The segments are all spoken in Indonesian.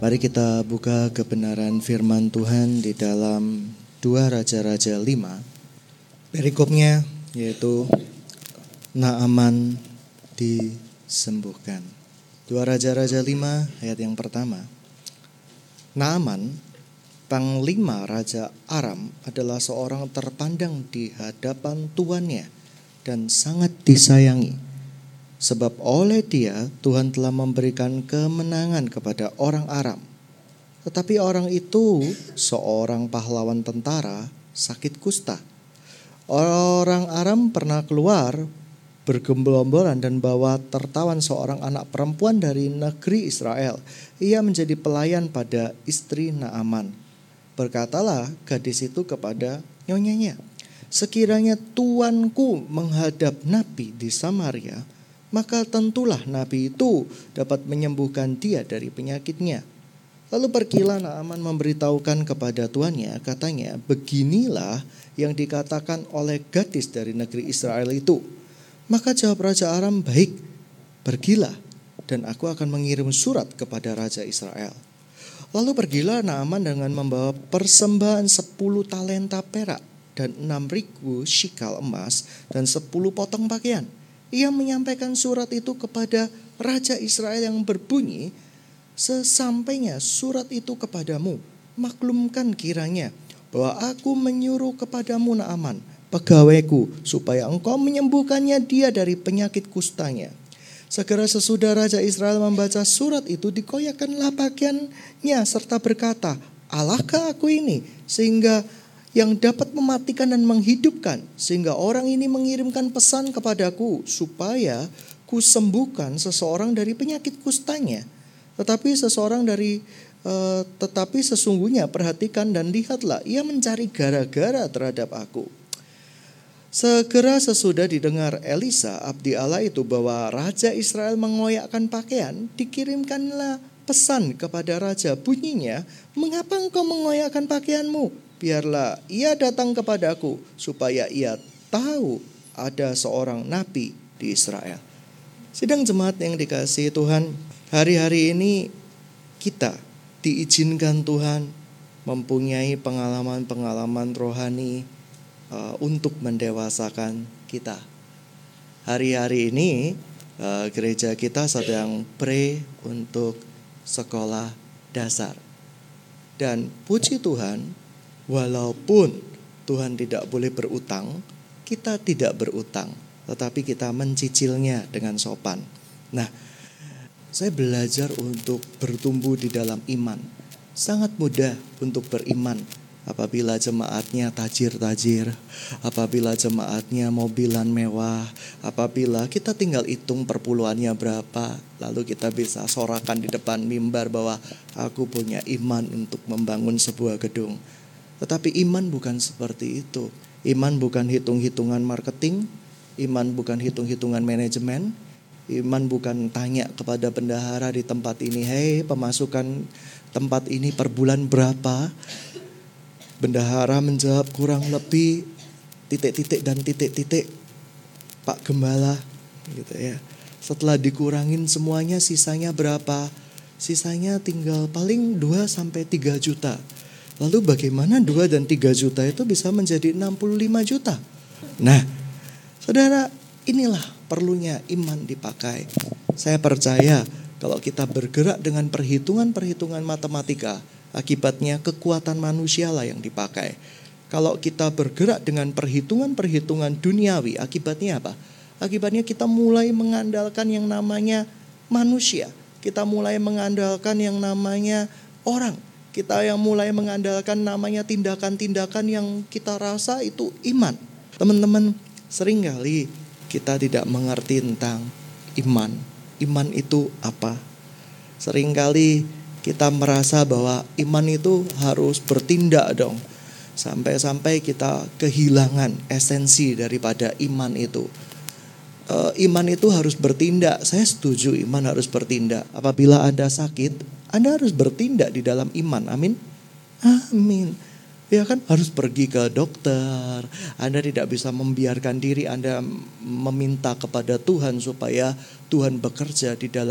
Mari kita buka kebenaran firman Tuhan di dalam 2 Raja-Raja 5. Perikopnya yaitu Naaman disembuhkan. 2 Raja-Raja 5 ayat yang pertama. Naaman, panglima Raja Aram, adalah seorang terpandang di hadapan tuannya dan sangat disayangi. Sebab oleh dia Tuhan telah memberikan kemenangan kepada orang Aram. Tetapi orang itu, seorang pahlawan tentara, sakit kusta. Orang Aram pernah keluar bergembol-gembolan dan bawa tertawan seorang anak perempuan dari negeri Israel. Ia menjadi pelayan pada istri Naaman. Berkatalah gadis itu kepada nyonyanya, "Sekiranya tuanku menghadap nabi di Samaria, maka tentulah nabi itu dapat menyembuhkan dia dari penyakitnya." Lalu pergilah Naaman memberitahukan kepada tuannya, katanya, "Beginilah yang dikatakan oleh gadis dari negeri Israel itu." Maka jawab Raja Aram, "Baik, pergilah dan aku akan mengirim surat kepada Raja Israel." Lalu pergilah Naaman dengan membawa persembahan 10 talenta perak dan 6.000 shikal emas dan 10 potong pakaian. Ia menyampaikan surat itu kepada Raja Israel yang berbunyi, "Sesampainya surat itu kepadamu, maklumkan kiranya bahwa aku menyuruh kepadamu Naaman, pegawaiku, supaya engkau menyembuhkannya dia dari penyakit kustanya." Segera sesudah Raja Israel membaca surat itu, dikoyakkanlah pakaiannya serta berkata, "Allahkah aku ini sehingga yang dapat mematikan dan menghidupkan, sehingga orang ini mengirimkan pesan kepadaku supaya ku sembuhkan seseorang dari penyakit kustanya. Tetapi sesungguhnya perhatikan dan lihatlah, ia mencari gara-gara terhadap aku." Segera sesudah didengar Elisa abdi Allah itu bahwa Raja Israel mengoyakkan pakaian, dikirimkanlah pesan kepada raja, bunyinya, "Mengapa engkau mengoyakkan pakaianmu? Biarlah ia datang kepadaku supaya ia tahu ada seorang nabi di Israel." Sidang jemaat yang dikasihi Tuhan, hari-hari ini kita diizinkan Tuhan mempunyai pengalaman-pengalaman rohani untuk mendewasakan kita. Hari-hari ini gereja kita sedang pray untuk sekolah dasar. Dan puji Tuhan, walaupun Tuhan tidak boleh berutang, kita tidak berutang, tetapi kita mencicilnya dengan sopan. Nah, saya belajar untuk bertumbuh di dalam iman. Sangat mudah untuk beriman apabila jemaatnya tajir-tajir, apabila jemaatnya mobilan mewah, apabila kita tinggal hitung perpuluhannya berapa, lalu kita bisa sorakan di depan mimbar bahwa aku punya iman untuk membangun sebuah gedung. Tetapi iman bukan seperti itu. Iman bukan hitung-hitungan marketing, iman bukan hitung-hitungan manajemen, iman bukan tanya kepada bendahara di tempat ini, "Hei, pemasukan tempat ini per bulan berapa?" Bendahara menjawab, "Kurang lebih titik-titik dan titik-titik, Pak Gembala," gitu ya. Setelah dikurangin semuanya, sisanya berapa? Sisanya tinggal paling 2-3 juta. Lalu bagaimana 2 dan 3 juta itu bisa menjadi 65 juta? Nah, saudara, inilah perlunya iman dipakai. Saya percaya kalau kita bergerak dengan perhitungan-perhitungan matematika, akibatnya kekuatan manusialah yang dipakai. Kalau kita bergerak dengan perhitungan-perhitungan duniawi, akibatnya apa? Akibatnya kita mulai mengandalkan yang namanya manusia. Kita mulai mengandalkan yang namanya orang. Kita yang mulai mengandalkan namanya tindakan-tindakan yang kita rasa itu iman. Teman-teman, seringkali kita tidak mengerti tentang iman. Iman itu apa? Seringkali kita merasa bahwa iman itu harus bertindak dong. Sampai-sampai kita kehilangan esensi daripada iman itu. Iman itu harus bertindak. Saya setuju iman harus bertindak. Apabila Anda sakit, Anda harus bertindak di dalam iman. Amin. Amin. Ya kan, harus pergi ke dokter. Anda tidak bisa membiarkan diri Anda meminta kepada Tuhan supaya Tuhan bekerja di dalam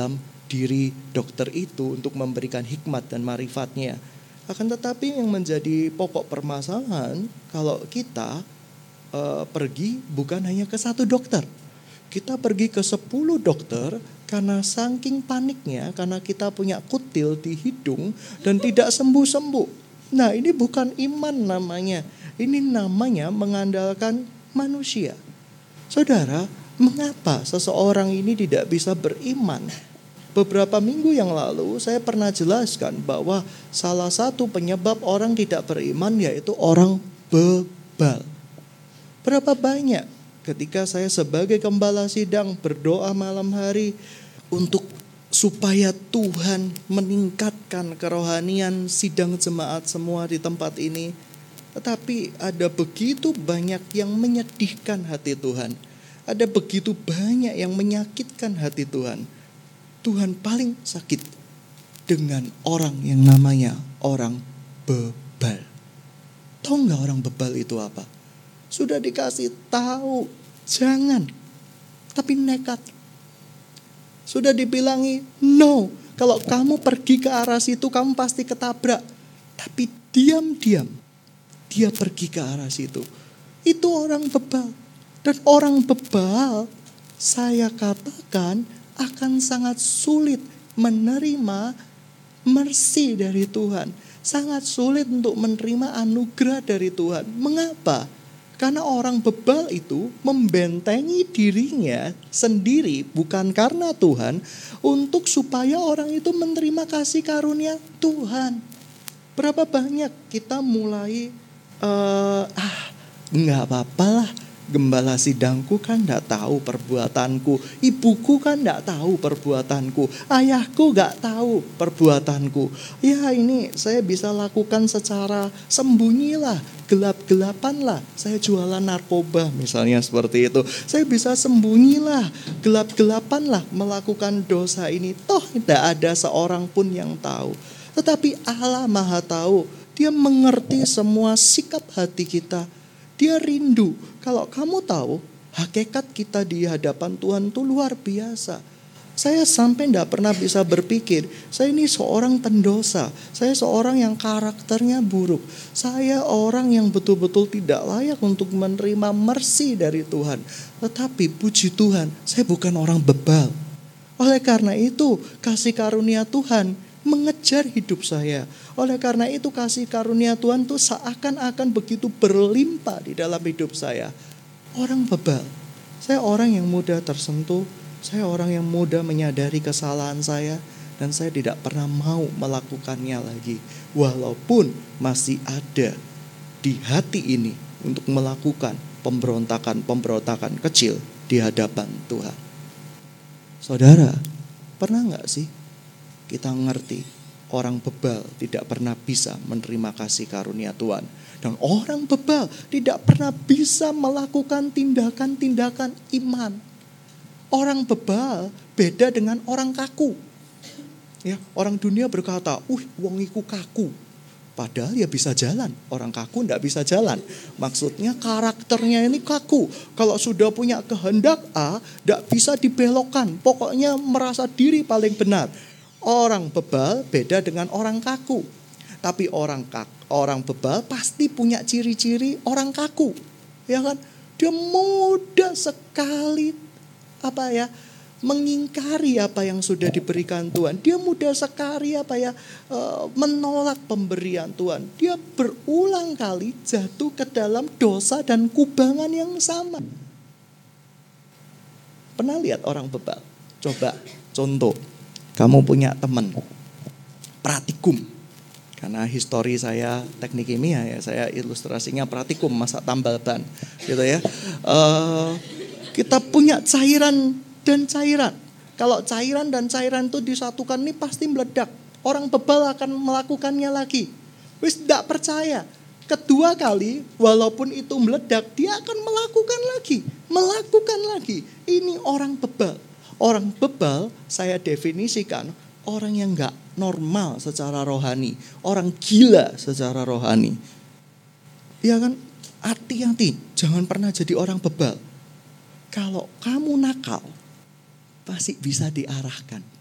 diri dokter itu untuk memberikan hikmat dan marifatnya. Akan tetapi yang menjadi pokok permasalahan kalau kita pergi bukan hanya ke satu dokter. Kita pergi ke 10 dokter karena saking paniknya, karena kita punya kutil di hidung dan tidak sembuh-sembuh. Nah, ini bukan iman namanya. Ini namanya mengandalkan manusia. Saudara, mengapa seseorang ini tidak bisa beriman? Beberapa minggu yang lalu saya pernah jelaskan bahwa salah satu penyebab orang tidak beriman yaitu orang bebal. Berapa banyak ketika saya sebagai gembala sidang berdoa malam hari untuk supaya Tuhan meningkatkan kerohanian sidang jemaat semua di tempat ini. Tetapi ada begitu banyak yang menyedihkan hati Tuhan. Ada begitu banyak yang menyakitkan hati Tuhan. Tuhan paling sakit dengan orang yang namanya orang bebal. Tahu nggak orang bebal itu apa? Sudah dikasih tahu, jangan. Tapi nekat. Sudah dibilangi, no. Kalau kamu pergi ke arah situ, kamu pasti ketabrak. Tapi diam-diam, dia pergi ke arah situ. Itu orang bebal. Dan orang bebal, saya katakan, akan sangat sulit menerima mercy dari Tuhan. Sangat sulit untuk menerima anugerah dari Tuhan. Mengapa? Karena orang bebal itu membentengi dirinya sendiri bukan karena Tuhan untuk supaya orang itu menerima kasih karunia Tuhan. Berapa banyak kita mulai nggak apa-apa lah, gembala sidangku kan nggak tahu perbuatanku, ibuku kan nggak tahu perbuatanku, ayahku nggak tahu perbuatanku. Ya ini saya bisa lakukan secara sembunyi lah, gelap-gelapan lah. Saya jualan narkoba misalnya seperti itu. Saya bisa sembunyi lah, gelap-gelapan lah melakukan dosa ini. Toh tidak ada seorang pun yang tahu. Tetapi Allah Maha tahu. Dia mengerti semua sikap hati kita. Dia rindu. Kalau kamu tahu, hakikat kita di hadapan Tuhan itu luar biasa. Saya sampai tidak pernah bisa berpikir, saya ini seorang pendosa. Saya seorang yang karakternya buruk. Saya orang yang betul-betul tidak layak untuk menerima mercy dari Tuhan. Tetapi puji Tuhan, saya bukan orang bebal. Oleh karena itu, kasih karunia Tuhan mengejar hidup saya. Oleh karena itu kasih karunia Tuhan itu seakan-akan begitu berlimpah di dalam hidup saya. Orang bebal. Saya orang yang mudah tersentuh. Saya orang yang mudah menyadari kesalahan saya. Dan saya tidak pernah mau melakukannya lagi. Walaupun masih ada di hati ini untuk melakukan pemberontakan kecil di hadapan Tuhan. Saudara, pernah gak sih kita ngerti orang bebal tidak pernah bisa menerima kasih karunia Tuhan. Dan orang bebal tidak pernah bisa melakukan tindakan-tindakan iman. Orang bebal beda dengan orang kaku. Ya, orang dunia berkata, wong iku kaku. Padahal ya bisa jalan. Orang kaku tidak bisa jalan. Maksudnya karakternya ini kaku. Kalau sudah punya kehendak A, tidak bisa dibelokkan. Pokoknya merasa diri paling benar. Orang bebal beda dengan orang kaku. Tapi orang bebal pasti punya ciri-ciri orang kaku. Ya kan? Dia mudah sekali mengingkari apa yang sudah diberikan Tuhan. Dia mudah sekali menolak pemberian Tuhan. Dia berulang kali jatuh ke dalam dosa dan kubangan yang sama. Pernah lihat orang bebal? Coba contoh. Kamu punya teman pratikum. Karena histori saya teknik kimia ya, saya ilustrasinya pratikum masak tambal ban gitu ya. Kita punya cairan dan cairan. Kalau cairan dan cairan itu disatukan ini pasti meledak. Orang bebal akan melakukannya lagi. Wis tidak percaya. Kedua kali walaupun itu meledak, dia akan melakukan lagi. Ini orang bebal. Orang bebal saya definisikan orang yang gak normal secara rohani. Orang gila secara rohani. Ya kan? Hati-hati, jangan pernah jadi orang bebal. Kalau kamu nakal, pasti bisa diarahkan.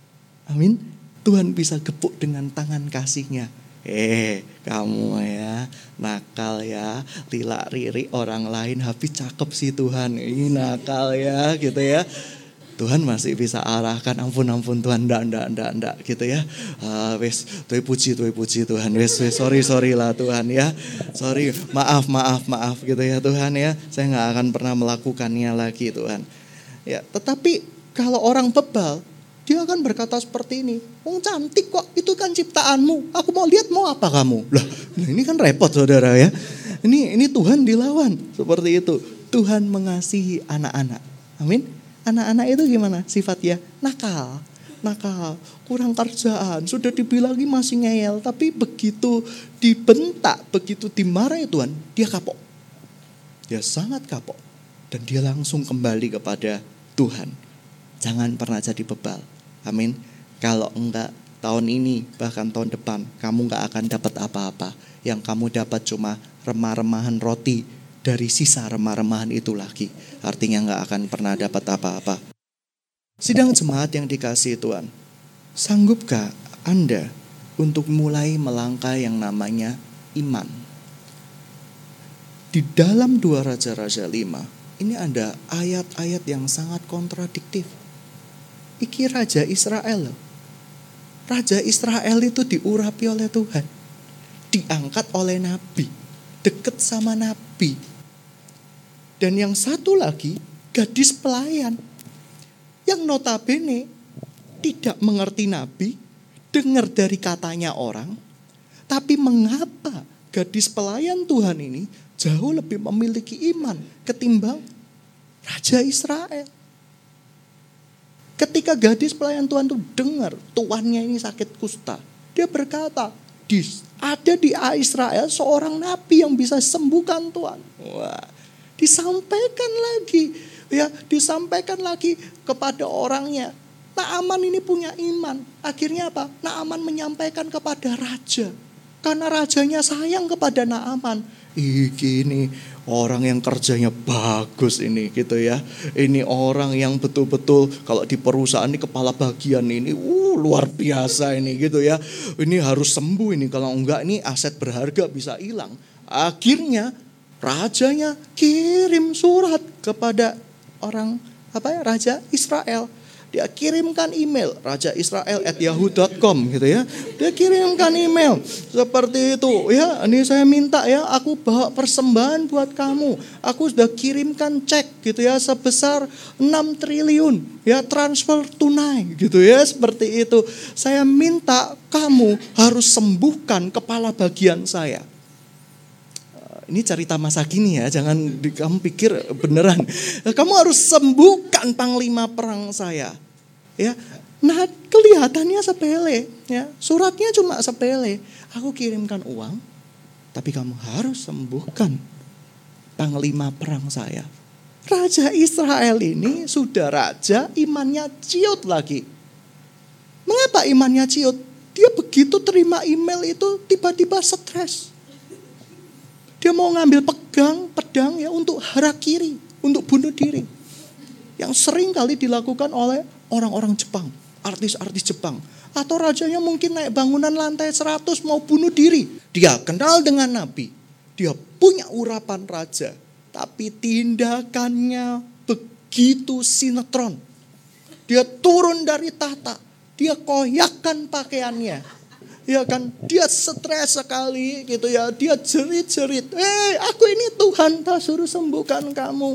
Amin. Tuhan bisa gepuk dengan tangan kasih-Nya. Kamu ya, nakal ya, lila riri orang lain, habis cakep sih Tuhan. Ini nakal ya, gitu ya. Tuhan masih bisa arahkan, ampun Tuhan, ndak gitu ya. Wes, tuh puji Tuhan. Wes, sorry lah Tuhan ya. Sorry, maaf gitu ya Tuhan ya. Saya nggak akan pernah melakukannya lagi Tuhan. Ya, tetapi kalau orang bebal, dia akan berkata seperti ini. Cantik kok, itu kan ciptaanmu. Aku mau lihat mau apa kamu. Lah, ini kan repot saudara ya. Ini Tuhan dilawan seperti itu. Tuhan mengasihi anak-anak. Amin. Anak-anak itu gimana sifatnya? Nakal, kurang kerjaan. Sudah dibilangin masih ngeyel, tapi begitu dibentak, begitu dimarahi Tuhan, dia kapok. Dia sangat kapok. Dan dia langsung kembali kepada Tuhan. Jangan pernah jadi bebal. Amin. Kalau enggak, tahun ini bahkan tahun depan kamu enggak akan dapat apa-apa. Yang kamu dapat cuma remah-remahan roti dari sisa remah-remahan itu lagi. Artinya enggak akan pernah dapat apa-apa. Sidang jemaat yang dikasihi Tuhan, sanggupkah Anda untuk mulai melangkah yang namanya iman? Di dalam 2 Raja-Raja 5, ini ada ayat-ayat yang sangat kontradiktif. Iki Raja Israel. Raja Israel itu diurapi oleh Tuhan. Diangkat oleh Nabi. Dekat sama Nabi. Dan yang satu lagi, gadis pelayan. Yang notabene tidak mengerti Nabi. Dengar dari katanya orang. Tapi mengapa gadis pelayan Tuhan ini jauh lebih memiliki iman ketimbang Raja Israel? Ketika gadis pelayan Tuhan itu dengar tuannya ini sakit kusta, dia berkata, ada di Israel seorang nabi yang bisa sembuhkan Tuhan. Wah, disampaikan lagi kepada orangnya. Naaman ini punya iman. Akhirnya apa? Naaman menyampaikan kepada raja. Karena rajanya sayang kepada Naaman. Ini orang yang kerjanya bagus ini gitu ya. Ini orang yang betul-betul kalau di perusahaan ini kepala bagian ini luar biasa ini gitu ya. Ini harus sembuh ini, kalau enggak ini aset berharga bisa hilang. Akhirnya rajanya kirim surat kepada Raja Israel. Dia kirimkan email rajaisrael@yahoo.com gitu ya. Dia kirimkan email seperti itu ya. Ini saya minta ya, aku bawa persembahan buat kamu. Aku sudah kirimkan cek gitu ya sebesar 6 triliun ya, transfer tunai gitu ya, seperti itu. Saya minta kamu harus sembuhkan kepala bagian saya. Ini cerita masa kini ya, jangan kamu pikir beneran. Kamu harus sembuhkan panglima perang saya. Ya, nah kelihatannya sepele. Ya, suratnya cuma sepele. Aku kirimkan uang, tapi kamu harus sembuhkan panglima perang saya. Raja Israel ini sudah raja, imannya ciut lagi. Mengapa imannya ciut? Dia begitu terima email itu tiba-tiba stres. Dia mau ngambil pedang ya untuk harakiri, untuk bunuh diri. Yang sering kali dilakukan oleh orang-orang Jepang, artis-artis Jepang. Atau rajanya mungkin naik bangunan lantai 100 mau bunuh diri. Dia kenal dengan Nabi. Dia punya urapan raja. Tapi tindakannya begitu sinetron. Dia turun dari tahta. Dia koyakkan pakaiannya. Ya kan, dia stres sekali gitu ya. Dia jerit-jerit. Aku ini Tuhan tak suruh sembuhkan kamu.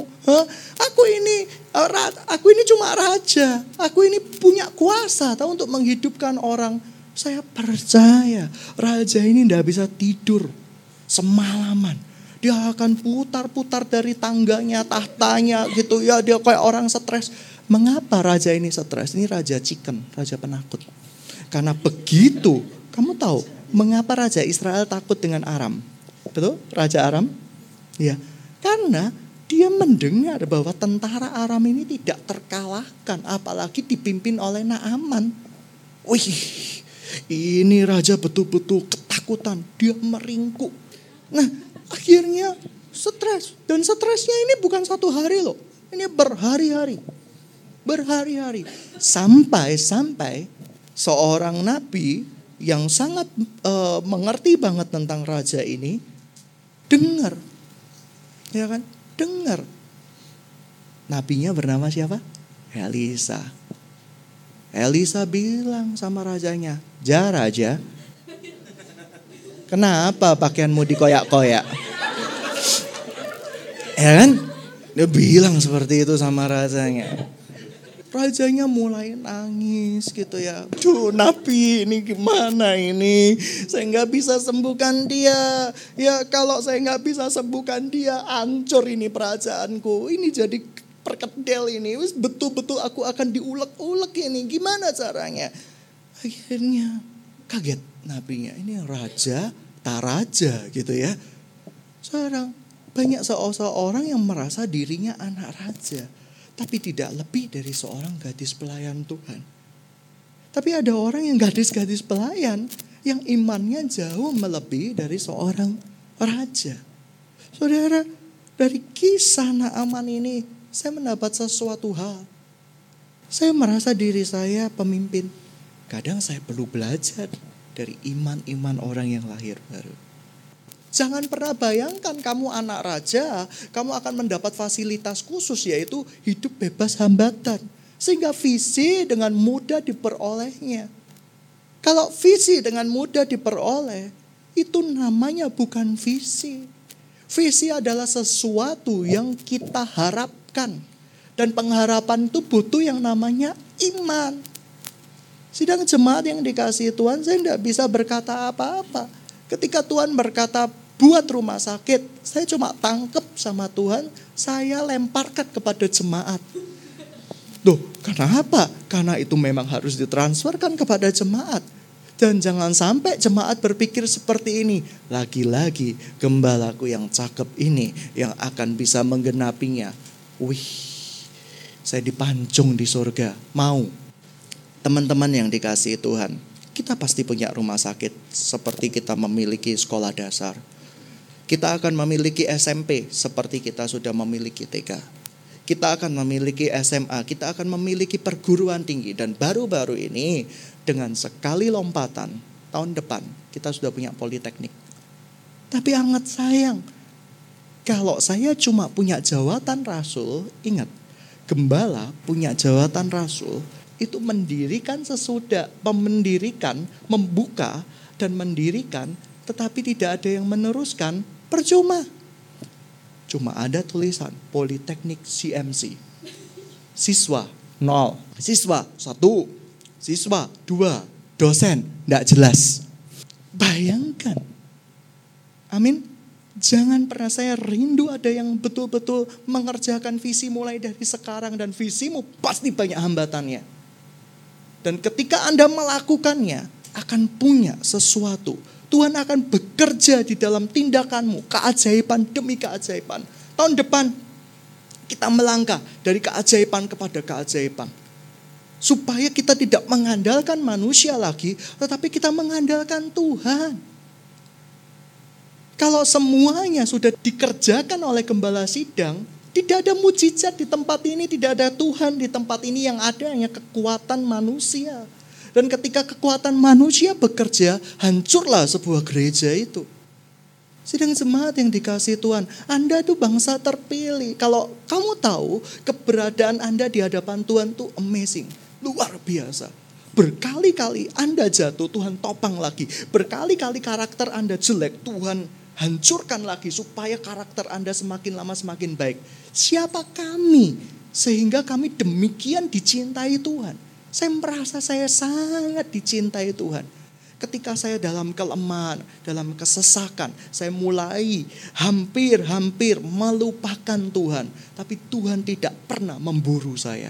Aku ini cuma raja. Aku ini punya kuasa tahu untuk menghidupkan orang. Saya percaya raja ini tidak bisa tidur semalaman. Dia akan putar-putar dari tangganya, tahtanya gitu ya. Dia kayak orang stres. Mengapa raja ini stres? Ini raja chicken, raja penakut. Karena begitu, kamu tahu mengapa Raja Israel takut dengan Aram? Betul? Raja Aram? Ya, karena dia mendengar bahwa tentara Aram ini tidak terkalahkan, apalagi dipimpin oleh Naaman. Wih, ini raja betul-betul ketakutan, dia meringkuk. Nah, akhirnya stres, dan stresnya ini bukan 1 hari loh, ini berhari-hari. Sampai seorang nabi yang sangat mengerti banget tentang raja ini dengar. Ya kan? Dengar. Nabinya bernama siapa? Elisa. Elisa bilang sama rajanya, "Ja raja, kenapa pakaianmu dikoyak-koyak?" Ya kan? Dia bilang seperti itu sama rajanya. Rajanya mulai nangis gitu ya. Duh, nabi ini gimana ini? Saya nggak bisa sembuhkan dia. Ya kalau saya nggak bisa sembuhkan dia, hancur ini perajaanku. Ini jadi perkedel ini. Betul-betul aku akan diulek-ulek ini. Gimana caranya? Akhirnya kaget nabinya. Ini raja, tak raja gitu ya. Sekarang banyak seorang yang merasa dirinya anak raja. Tapi tidak lebih dari seorang gadis pelayan Tuhan. Tapi ada orang yang gadis-gadis pelayan yang imannya jauh melebihi dari seorang raja. Saudara, dari kisah Naaman ini saya mendapat sesuatu hal. Saya merasa diri saya pemimpin. Kadang saya perlu belajar dari iman-iman orang yang lahir baru. Jangan pernah bayangkan kamu anak raja, kamu akan mendapat fasilitas khusus yaitu hidup bebas hambatan. Sehingga visi dengan mudah diperolehnya. Kalau visi dengan mudah diperoleh, itu namanya bukan visi. Visi adalah sesuatu yang kita harapkan. Dan pengharapan itu butuh yang namanya iman. Sidang jemaat yang dikasihi Tuhan, saya tidak bisa berkata apa-apa. Ketika Tuhan berkata, buat rumah sakit, saya cuma tangkep sama Tuhan, saya lemparkan kepada jemaat. Loh, kenapa? Karena itu memang harus ditransferkan kepada jemaat. Dan jangan sampai jemaat berpikir seperti ini. Lagi-lagi gembalaku yang cakep ini yang akan bisa menggenapinya. Wih, saya dipancung di surga. Mau. Teman-teman yang dikasihi Tuhan, kita pasti punya rumah sakit seperti kita memiliki sekolah dasar. Kita akan memiliki SMP seperti kita sudah memiliki TK. Kita akan memiliki SMA, kita akan memiliki perguruan tinggi. Dan baru-baru ini dengan sekali lompatan, tahun depan kita sudah punya politeknik. Tapi sangat sayang, kalau saya cuma punya jawatan rasul, ingat, gembala punya jawatan rasul, itu mendirikan sesudah, membuka dan mendirikan, tetapi tidak ada yang meneruskan, percuma. Cuma ada tulisan Politeknik CMC. Siswa 0, siswa 1, siswa 2, dosen tidak jelas. Bayangkan. Amin. Jangan pernah, saya rindu ada yang betul-betul mengerjakan visi mulai dari sekarang. Dan visimu pasti banyak hambatannya. Dan ketika Anda melakukannya, akan punya sesuatu. Tuhan akan bekerja di dalam tindakanmu, keajaiban demi keajaiban. Tahun depan kita melangkah dari keajaiban kepada keajaiban. Supaya kita tidak mengandalkan manusia lagi, tetapi kita mengandalkan Tuhan. Kalau semuanya sudah dikerjakan oleh gembala sidang, tidak ada mujizat di tempat ini, tidak ada Tuhan di tempat ini, yang ada hanya kekuatan manusia. Dan ketika kekuatan manusia bekerja, hancurlah sebuah gereja itu. Sidang jemaat yang dikasihi Tuhan, Anda itu bangsa terpilih. Kalau kamu tahu keberadaan Anda di hadapan Tuhan itu amazing, luar biasa. Berkali-kali Anda jatuh, Tuhan topang lagi. Berkali-kali karakter Anda jelek, Tuhan hancurkan lagi supaya karakter Anda semakin lama semakin baik. Siapa kami sehingga kami demikian dicintai Tuhan? Saya merasa saya sangat dicintai Tuhan. Ketika saya dalam kelemahan, dalam kesesakan, saya mulai hampir melupakan Tuhan. Tapi Tuhan tidak pernah memburu saya.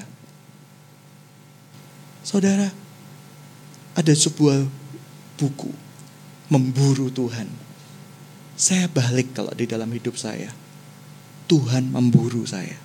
Saudara, ada sebuah buku, Memburu Tuhan. Saya balik kalau di dalam hidup saya. Tuhan memburu saya.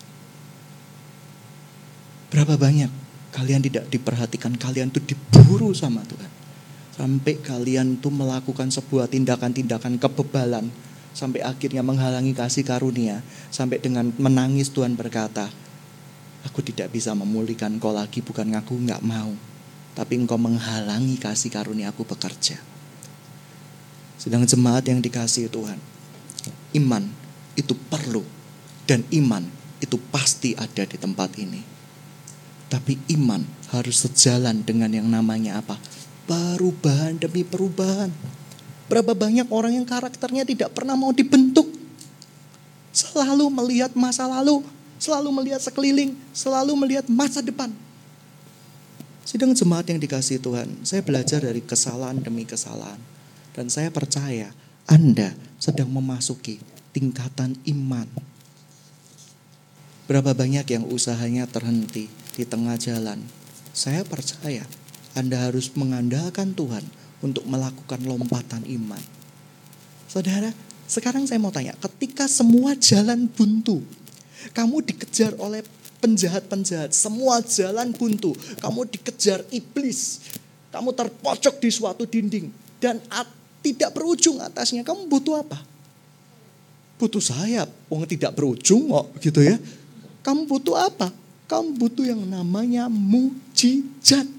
Berapa banyak kalian tidak diperhatikan, kalian tuh diburu sama Tuhan. Sampai kalian tuh melakukan sebuah tindakan-tindakan kebebalan. Sampai akhirnya menghalangi kasih karunia. Sampai dengan menangis Tuhan berkata, aku tidak bisa memulihkan kau lagi, bukan aku gak mau. tapi engkau menghalangi kasih karunia-Ku bekerja. Sedang jemaat yang dikasihi Tuhan, iman itu perlu dan iman itu pasti ada di tempat ini. Tapi iman harus sejalan dengan yang namanya apa? Perubahan demi perubahan. Berapa banyak orang yang karakternya tidak pernah mau dibentuk. Selalu melihat masa lalu, selalu melihat sekeliling, selalu melihat masa depan. Sidang jemaat yang dikasihi Tuhan, saya belajar dari kesalahan demi kesalahan. Dan saya percaya Anda sedang memasuki tingkatan iman. Berapa banyak yang usahanya terhenti di tengah jalan. Saya percaya Anda harus mengandalkan Tuhan untuk melakukan lompatan iman. Saudara, sekarang saya mau tanya, ketika semua jalan buntu, kamu dikejar oleh penjahat-penjahat, semua jalan buntu, kamu dikejar iblis, kamu terpojok di suatu dinding, dan tidak berujung atasnya, kamu butuh apa? Butuh sayap, tidak berujung kok gitu ya. Kamu butuh apa? Kamu butuh yang namanya mukjizat.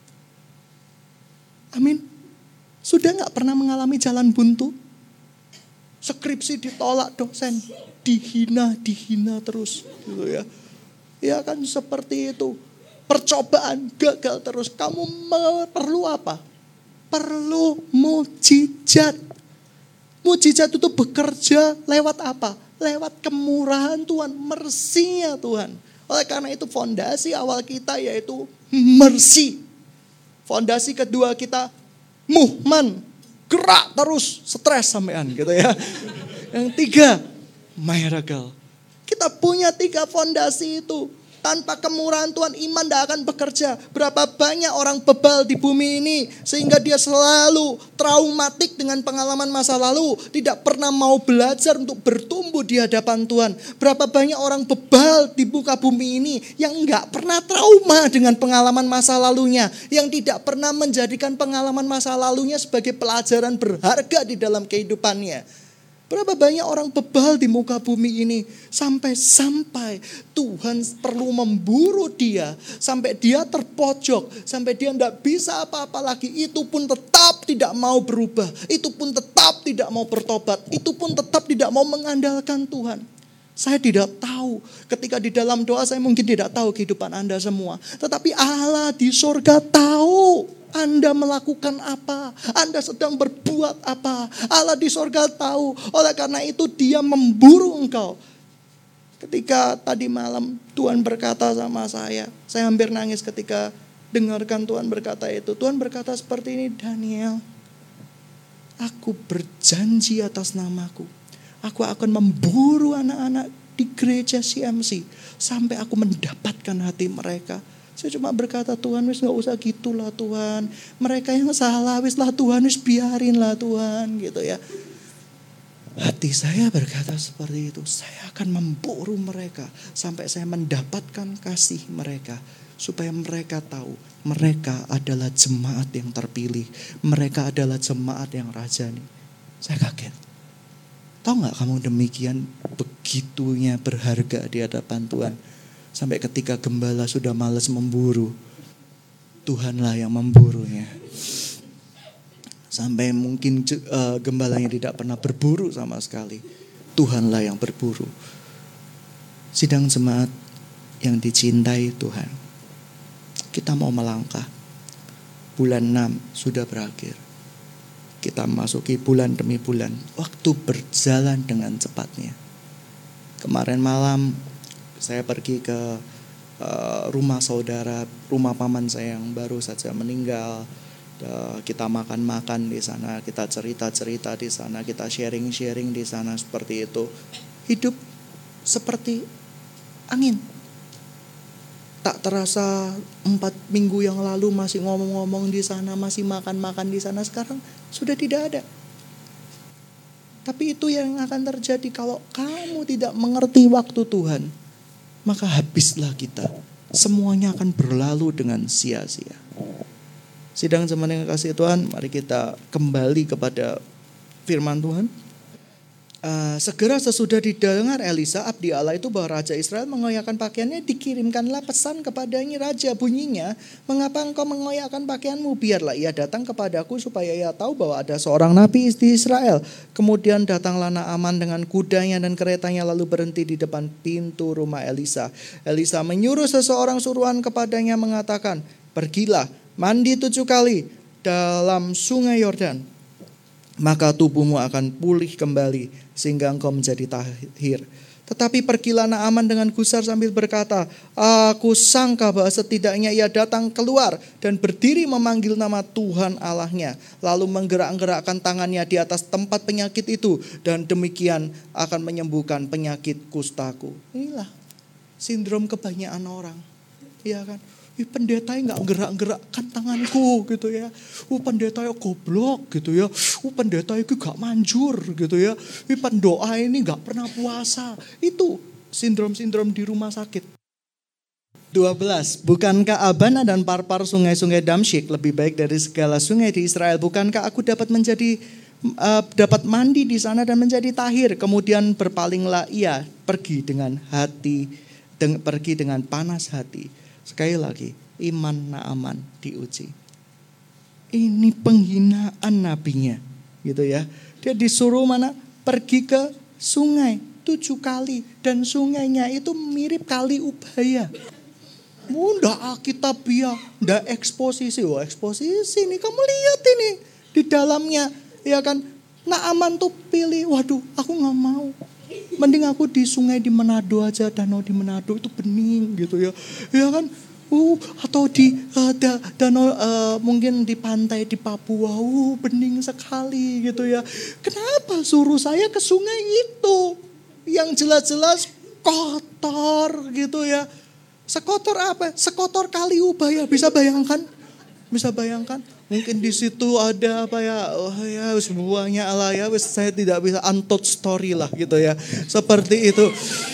Amin. Sudah gak pernah mengalami jalan buntu? Skripsi ditolak dosen, dihina terus gitu ya. Ya kan seperti itu. Percobaan gagal terus. Kamu perlu apa? Perlu mukjizat. Mukjizat itu bekerja lewat apa? Lewat kemurahan Tuhan, mercy-Nya Tuhan. Oleh karena itu fondasi awal kita yaitu mercy. Fondasi kedua kita muhman, gerak terus, stres sampean gitu ya. Yang tiga, miracle. Kita punya 3 fondasi itu. Tanpa kemurahan Tuhan, iman tidak akan bekerja. Berapa banyak orang bebal di bumi ini sehingga dia selalu traumatik dengan pengalaman masa lalu, tidak pernah mau belajar untuk bertumbuh di hadapan Tuhan. Berapa banyak orang bebal di muka bumi ini yang enggak pernah trauma dengan pengalaman masa lalunya, yang tidak pernah menjadikan pengalaman masa lalunya sebagai pelajaran berharga di dalam kehidupannya. Berapa banyak orang bebal di muka bumi ini sampai Tuhan perlu memburu dia, sampai dia terpojok, sampai dia tidak bisa apa-apa lagi. Itu pun tetap tidak mau berubah, itu pun tetap tidak mau bertobat, itu pun tetap tidak mau mengandalkan Tuhan. Saya tidak tahu, ketika di dalam doa saya mungkin tidak tahu kehidupan Anda semua, tetapi Allah di sorga tahu Anda melakukan apa, Anda sedang berbuat apa. Allah di sorga tahu, oleh karena itu Dia memburu engkau. Ketika tadi malam Tuhan berkata sama saya hampir nangis ketika dengarkan Tuhan berkata itu. Tuhan berkata seperti ini, Daniel, aku berjanji atas namaku, aku akan memburu anak-anak di gereja CMC sampai aku mendapatkan hati mereka. Saya cuma berkata, Tuhan wis gak usah gitulah Tuhan. Mereka yang salah wis lah Tuhan, wis biarin lah Tuhan gitu ya. Hati saya berkata seperti itu. Saya akan memburu mereka sampai saya mendapatkan kasih mereka. Supaya mereka tahu mereka adalah jemaat yang terpilih. Mereka adalah jemaat yang rajani. Saya kaget. Tahu gak kamu demikian begitunya berharga di hadapan Tuhan. Sampai ketika gembala sudah malas memburu, Tuhanlah yang memburunya. Sampai mungkin gembalanya tidak pernah berburu sama sekali, Tuhanlah yang berburu. Sidang jemaat yang dicintai Tuhan, kita mau melangkah. Bulan 6 sudah berakhir. Kita masuki bulan demi bulan. Waktu berjalan dengan cepatnya. Kemarin malam saya pergi ke rumah saudara, rumah paman saya yang baru saja meninggal. Kita makan-makan di sana, kita cerita-cerita di sana, kita sharing-sharing di sana seperti itu. Hidup seperti angin. Tak terasa 4 minggu yang lalu masih ngomong-ngomong di sana, masih makan-makan di sana, sekarang sudah tidak ada. Tapi itu yang akan terjadi kalau kamu tidak mengerti waktu Tuhan. Maka habislah kita. Semuanya akan berlalu dengan sia-sia. Sidang jemaat yang kasih Tuhan, mari kita kembali kepada firman Tuhan. Segera sesudah didengar Elisa, abdi Allah itu, bahwa Raja Israel mengoyakkan pakaiannya, dikirimkanlah pesan kepadanya raja, bunyinya, mengapa engkau mengoyakkan pakaianmu? Biarlah ia datang kepadaku supaya ia tahu bahwa ada seorang nabi di Israel. Kemudian datanglah Naaman dengan kudanya dan keretanya, lalu berhenti di depan pintu rumah Elisa. Elisa menyuruh seseorang suruhan kepadanya mengatakan, pergilah, mandi 7 kali dalam sungai Yordan, maka tubuhmu akan pulih kembali sehingga engkau menjadi tahir. Tetapi pergilah Naaman dengan gusar sambil berkata, aku sangka bahwa setidaknya ia datang keluar dan berdiri memanggil nama Tuhan Allahnya, lalu menggerak-gerakkan tangannya di atas tempat penyakit itu, dan demikian akan menyembuhkan penyakit kustaku. Inilah sindrom kebanyakan orang, iya kan? Pendetanya nggak gerak-gerakkan tanganku gitu ya. Pendetanya goblok gitu ya. Pendetanya itu gak manjur gitu ya. Pendoa ini gak pernah puasa. Itu sindrom-sindrom di rumah sakit. 12. Bukankah Abana dan Parpar sungai-sungai Damsyik lebih baik dari segala sungai di Israel? Bukankah aku dapat mandi di sana dan menjadi tahir? Kemudian berpalinglah ia pergi dengan panas hati. Sekali lagi, iman Naaman diuji. Ini penghinaan nabinya, gitu ya. Dia disuruh mana? Pergi ke sungai 7 kali, dan sungainya itu mirip kali Ubaya. Ndak Alkitabiah, ndak eksposisi. Wah, eksposisi nih, kamu lihat ini di dalamnya, ya kan? Naaman tuh pilih, waduh, aku nggak mau. Mending aku di sungai di Manado aja, danau di Manado itu bening gitu ya. Ya kan? Atau di danau mungkin di pantai di Papua, bening sekali gitu ya. Kenapa suruh saya ke sungai itu yang jelas-jelas kotor gitu ya? Sekotor apa? Sekotor kali Ubaya, bisa bayangkan? Bisa bayangkan? Mungkin di situ ada apa ya? Oh ya, semuanya Allah ya. Saya tidak bisa untold story lah gitu ya. Seperti itu.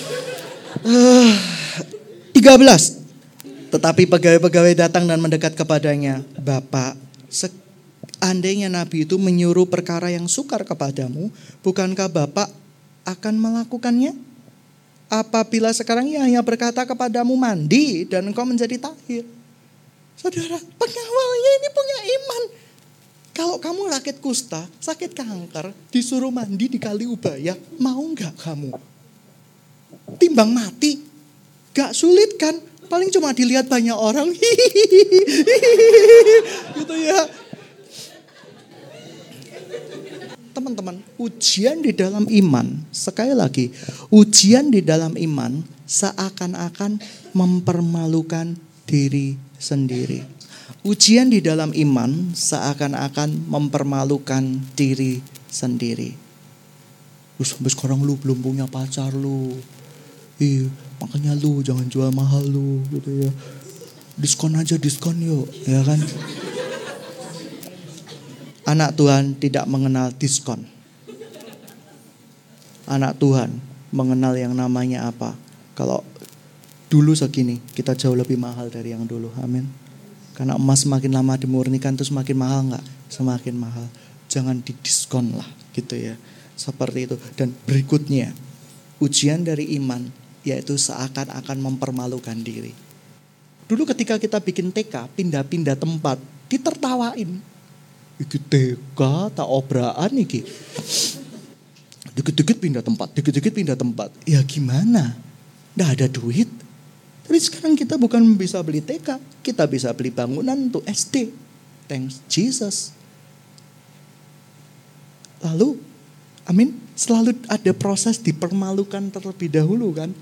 13. Tetapi pegawai-pegawai datang dan mendekat kepadanya. Bapak, seandainya Nabi itu menyuruh perkara yang sukar kepadamu, bukankah Bapak akan melakukannya? Apabila sekarang ia hanya berkata kepadamu mandi dan engkau menjadi tahir. Saudara, pengawalnya ini punya iman. Kalau kamu sakit kusta, sakit kanker, disuruh mandi di kali Ubaya, mau gak kamu? Timbang mati, gak sulit kan? Paling cuma dilihat banyak orang. Gitu ya. Teman-teman, ujian di dalam iman, sekali lagi, ujian di dalam iman seakan-akan mempermalukan diri sendiri. Ujian di dalam iman seakan-akan mempermalukan diri sendiri. Sampai sekarang lu belum punya pacar lu. Iya, makanya lu jangan jual mahal lu gitu ya. Diskon aja, diskon yuk, ya kan? Anak Tuhan tidak mengenal diskon. Anak Tuhan mengenal yang namanya apa? Kalau dulu segini, kita jauh lebih mahal dari yang dulu. Amin. Karena emas semakin lama dimurnikan itu semakin mahal enggak? Semakin mahal. Jangan didiskon lah gitu ya. Seperti itu. Dan berikutnya, ujian dari iman yaitu seakan-akan mempermalukan diri. Dulu ketika kita bikin TK, pindah-pindah tempat, ditertawain. Iki TK tak obraan iki. Dikit-dikit pindah tempat, dikit-dikit pindah tempat. Ya gimana? Nggak ada duit. Tapi sekarang kita bukan bisa beli TK, kita bisa beli bangunan untuk SD. Thanks Jesus. Lalu, amin, selalu ada proses dipermalukan terlebih dahulu kan.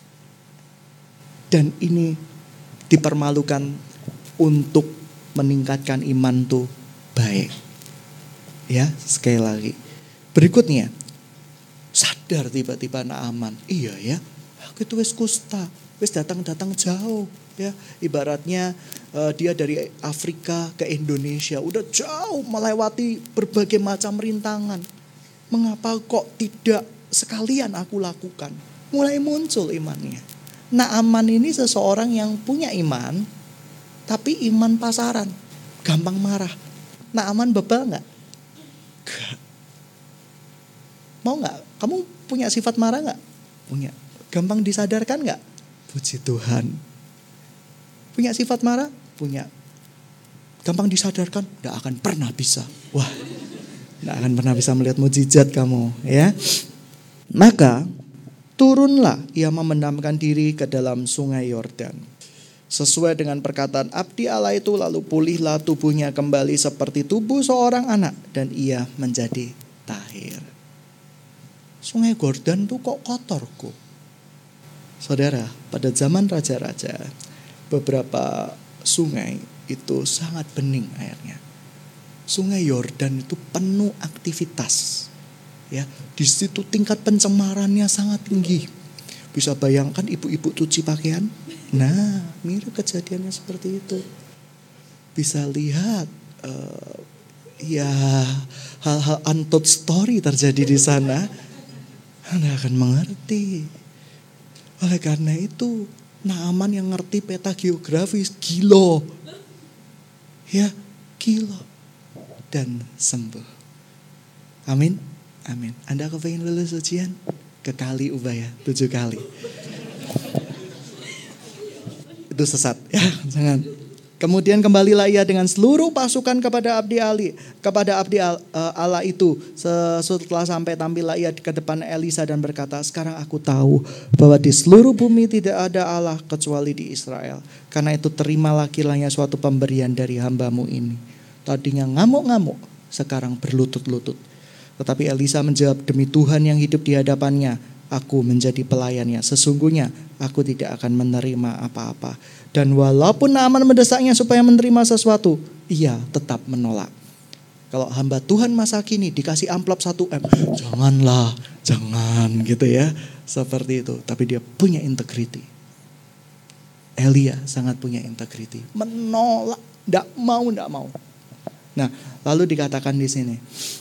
Dan ini dipermalukan untuk meningkatkan iman tuh baik. Ya, sekali lagi. Berikutnya, sadar tiba-tiba Naaman. Iya ya, aku itu wis kusta. Wis datang-datang jauh ya, ibaratnya dia dari Afrika ke Indonesia udah jauh melewati berbagai macam rintangan. Mengapa kok tidak sekalian aku lakukan? Mulai muncul imannya. Naaman ini seseorang yang punya iman, tapi iman pasaran, gampang marah. Naaman bebal nggak? Gak. Mau nggak? Kamu punya sifat marah nggak? Punya. Gampang disadarkan nggak? Puji Tuhan. Punya sifat marah? Punya. Gampang disadarkan? Nggak akan pernah bisa. Wah, nggak akan pernah bisa melihat mujizat kamu, ya. Maka turunlah ia memendamkan diri ke dalam sungai Yordan. Sesuai dengan perkataan abdi Allah itu, lalu pulihlah tubuhnya kembali seperti tubuh seorang anak dan ia menjadi tahir. Sungai Yordan tuh kok kotor kok. Saudara, pada zaman raja-raja, beberapa sungai itu sangat bening airnya. Sungai Yordan itu penuh aktivitas. Ya, di situ tingkat pencemarannya sangat tinggi. Bisa bayangkan ibu-ibu cuci pakaian? Nah, mirip kejadiannya seperti itu. Bisa lihat ya hal-hal untold story terjadi di sana. Anda akan mengerti. Oleh karena itu, Naaman yang ngerti peta geografis, kilo. Ya, kilo. Dan sembuh. Amin. Amin. Anda kepengen lulus ujian? Ke kali Ubaya, 7 kali. Itu sesat, ya, jangan. Kemudian kembalilah ia dengan seluruh pasukan kepada abdi Allah itu. Setelah sampai tampillah ia ke depan Elisa dan berkata, sekarang aku tahu bahwa di seluruh bumi tidak ada Allah kecuali di Israel. Karena itu terimalah kiranya suatu pemberian dari hambamu ini. Tadinya ngamuk-ngamuk, sekarang berlutut-lutut. Tetapi Elisa menjawab, demi Tuhan yang hidup di hadapannya, aku menjadi pelayannya. Sesungguhnya aku tidak akan menerima apa-apa. Dan walaupun Naaman mendesaknya supaya menerima sesuatu, ia tetap menolak. Kalau hamba Tuhan masa kini dikasih amplop 1 M, janganlah, jangan gitu ya. Seperti itu. Tapi dia punya integriti. Elia sangat punya integriti. Menolak, tidak mau. Nah, lalu dikatakan di sini.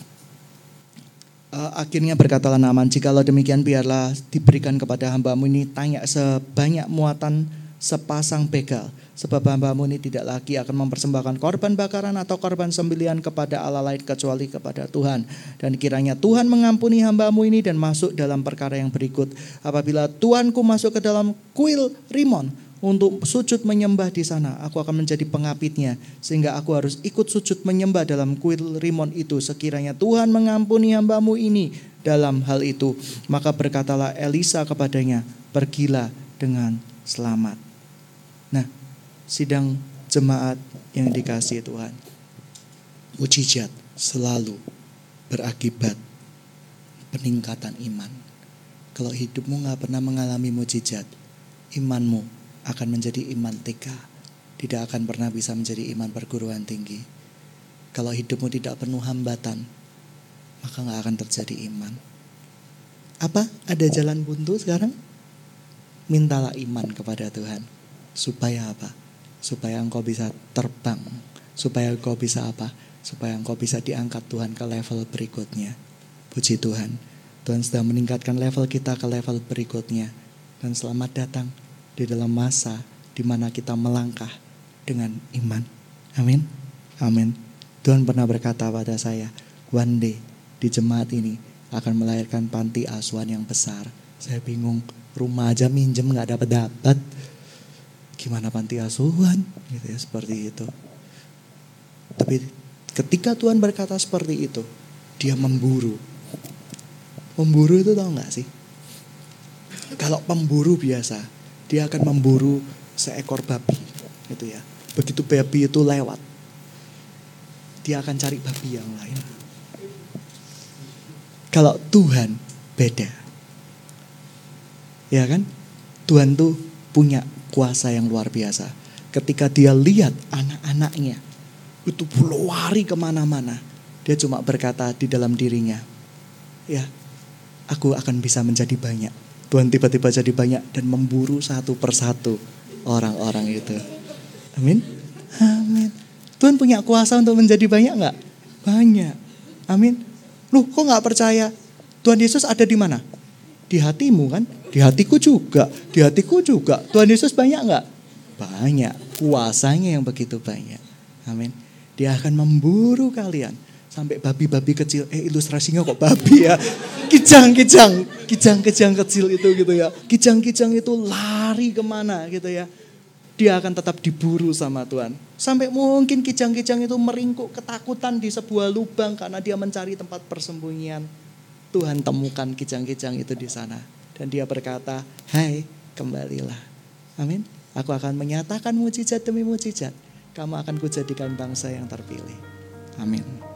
Akhirnya berkatalah Naaman, jikalau demikian biarlah diberikan kepada hambamu ini tanya sebanyak muatan sepasang begal. Sebab hambamu ini tidak lagi akan mempersembahkan korban bakaran atau korban sembelihan kepada Allah lain kecuali kepada Tuhan. Dan kiranya Tuhan mengampuni hambamu ini dan masuk dalam perkara yang berikut. Apabila Tuanku masuk ke dalam kuil Rimon untuk sujud menyembah di sana, aku akan menjadi pengapitnya, sehingga aku harus ikut sujud menyembah dalam kuil Rimon itu. Sekiranya Tuhan mengampuni hambamu ini dalam hal itu, maka berkatalah Elisa kepadanya, pergilah dengan selamat. Nah, sidang jemaat yang dikasihi Tuhan, mujizat selalu berakibat peningkatan iman. Kalau hidupmu gak pernah mengalami mujizat, imanmu akan menjadi iman TK, tidak akan pernah bisa menjadi iman perguruan tinggi. Kalau hidupmu tidak penuh hambatan, maka gak akan terjadi iman. Apa? Ada jalan buntu sekarang? Mintalah iman kepada Tuhan. Supaya apa? Supaya engkau bisa terbang. Supaya engkau bisa apa? Supaya engkau bisa diangkat Tuhan ke level berikutnya. Puji Tuhan. Tuhan sedang meningkatkan level kita ke level berikutnya. Dan selamat datang di dalam masa di mana kita melangkah dengan iman. Amin. Amin. Tuhan pernah berkata pada saya, one day di jemaat ini akan melahirkan panti asuhan yang besar. Saya bingung, rumah aja minjem gak dapat. Gimana panti asuhan? Gitu ya, seperti itu. Tapi ketika Tuhan berkata seperti itu, dia memburu. Memburu itu tahu gak sih? Kalau pemburu biasa, dia akan memburu seekor babi, gitu ya. Begitu babi itu lewat, dia akan cari babi yang lain. Kalau Tuhan beda, ya kan? Tuhan tuh punya kuasa yang luar biasa. Ketika dia lihat anak-anaknya itu lari kemana-mana, dia cuma berkata di dalam dirinya, ya, aku akan bisa menjadi banyak. Tuhan tiba-tiba jadi banyak dan memburu satu persatu orang-orang itu. Amin. Amin. Tuhan punya kuasa untuk menjadi banyak gak? Banyak. Amin. Loh, kok gak percaya? Tuhan Yesus ada di mana? Di hatimu kan? Di hatiku juga. Di hatiku juga. Tuhan Yesus banyak gak? Banyak. Kuasanya yang begitu banyak. Amin. Dia akan memburu kalian Sampai babi-babi kecil, ilustrasinya kok babi ya. Kijang kecil itu gitu ya. Kijang itu lari kemana gitu ya. Dia akan tetap diburu sama Tuhan. Sampai mungkin kijang-kijang itu meringkuk ketakutan di sebuah lubang karena dia mencari tempat persembunyian. Tuhan temukan kijang-kijang itu di sana. Dan dia berkata, hai kembalilah. Amin. Aku akan menyatakan mujizat demi mujizat. Kamu akan kujadikan bangsa yang terpilih. Amin.